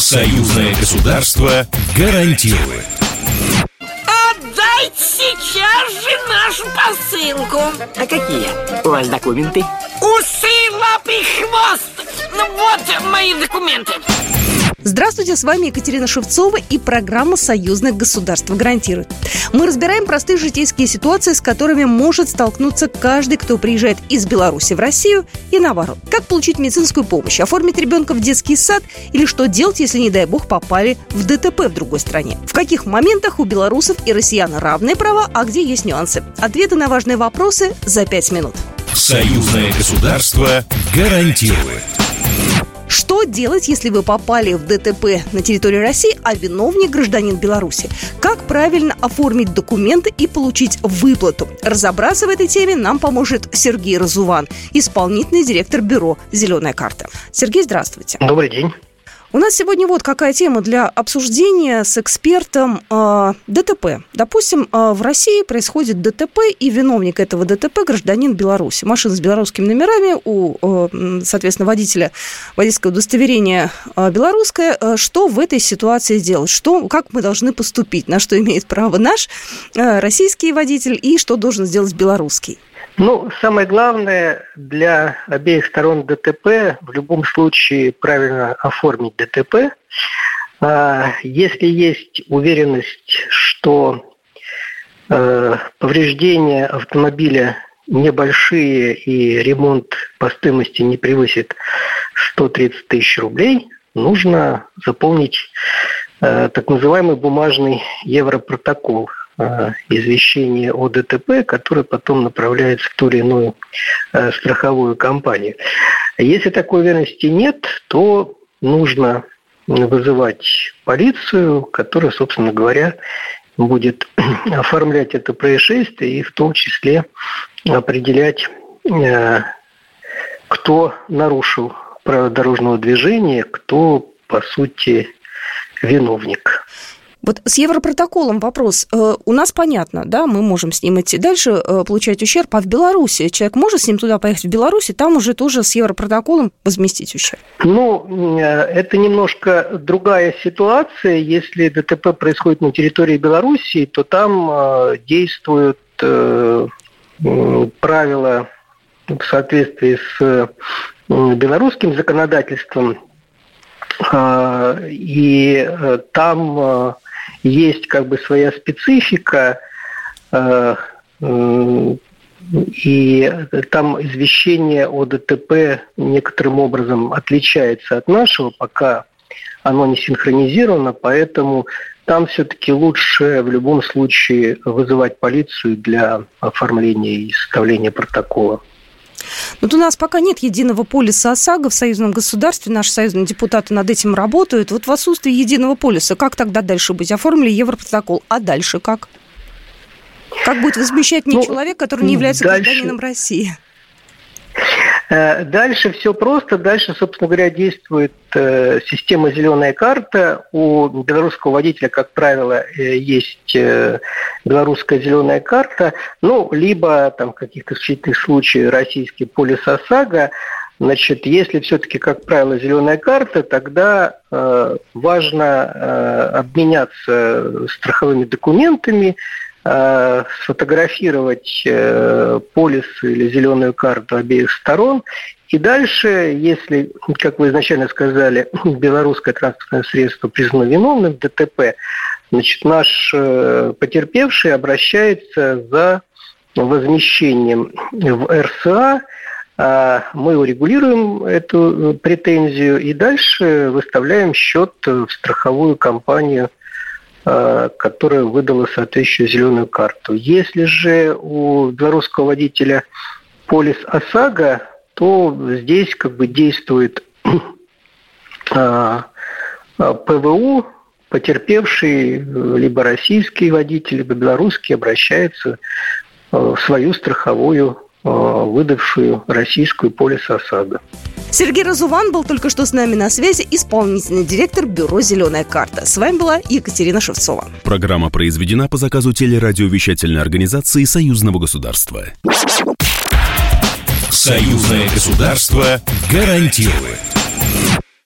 Союзное государство гарантирует. Отдайте сейчас же нашу посылку. А какие у вас документы? Усы, лапы, хвост. Ну вот мои документы. Здравствуйте, с вами Екатерина Шевцова и программа «Союзное государство гарантирует». Мы разбираем простые житейские ситуации, с которыми может столкнуться каждый, кто приезжает из Беларуси в Россию и наоборот. Как получить медицинскую помощь, оформить ребенка в детский сад или что делать, если, не дай бог, попали в ДТП в другой стране. В каких моментах у белорусов и россиян равные права, а где есть нюансы. Ответы на важные вопросы за 5 минут. Союзное государство гарантирует. Что делать, если вы попали в ДТП на территории России, а виновник гражданин Беларуси? Как правильно оформить документы и получить выплату? Разобраться в этой теме нам поможет Сергей Разуван, исполнительный директор бюро «Зеленая карта». Сергей, здравствуйте. Добрый день. У нас сегодня вот какая тема для обсуждения с экспертом. ДТП. Допустим, в России происходит ДТП, и виновник этого ДТП – гражданин Беларуси. Машина с белорусскими номерами, у, соответственно, водителя водительское удостоверение белорусское. Что в этой ситуации делать? Как мы должны поступить? На что имеет право наш российский водитель и что должен сделать белорусский? Самое главное для обеих сторон ДТП в любом случае правильно оформить ДТП. Если есть уверенность, что повреждения автомобиля небольшие и ремонт по стоимости не превысит 130 тысяч рублей, нужно заполнить так называемый бумажный европротокол. Извещение о ДТП, которое потом направляется в ту или иную страховую компанию. Если такой уверенности нет, то нужно вызывать полицию, которая, собственно говоря, будет оформлять это происшествие и в том числе определять, кто нарушил правила дорожного движения, кто, по сути, виновник. Вот с европротоколом вопрос. У нас понятно, да, мы можем с ним идти дальше, получать ущерб, а в Беларуси человек может с ним туда поехать в Беларусь, и там уже тоже с европротоколом возместить ущерб? Это немножко другая ситуация. Если ДТП происходит на территории Беларуси, то там действуют правила в соответствии с белорусским законодательством, и там есть своя специфика, и там извещение о ДТП некоторым образом отличается от нашего, пока оно не синхронизировано, поэтому там все-таки лучше в любом случае вызывать полицию для оформления и составления протокола. Вот у нас пока нет единого полиса ОСАГО в союзном государстве. Наши союзные депутаты над этим работают. Вот в отсутствии единого полиса, как тогда дальше быть? Оформили европротокол, а дальше как? Как будет возмещать мне человек, который не является гражданином России? Дальше все просто. Дальше, собственно говоря, действует система «Зеленая карта». У белорусского водителя, как правило, есть белорусская «Зеленая карта», либо в каких-то исключительных случаях российский полис ОСАГО. Если все-таки, как правило, «Зеленая карта», тогда важно обменяться страховыми документами, сфотографировать полис или зеленую карту обеих сторон. И дальше, если, как вы изначально сказали, белорусское транспортное средство признано виновным в ДТП, наш потерпевший обращается за возмещением в РСА. Мы урегулируем эту претензию и дальше выставляем счет в страховую компанию, которая выдала соответствующую зеленую карту. Если же у белорусского водителя полис ОСАГО, то здесь действует ПВУ, потерпевший либо российский водитель, либо белорусский обращается в свою страховую, выдавшую российскую полис ОСАГО. Сергей Разуван был только что с нами на связи, исполнительный директор бюро «Зеленая карта». С вами была Екатерина Шевцова. Программа произведена по заказу телерадиовещательной организации Союзного государства. Союзное государство гарантирует.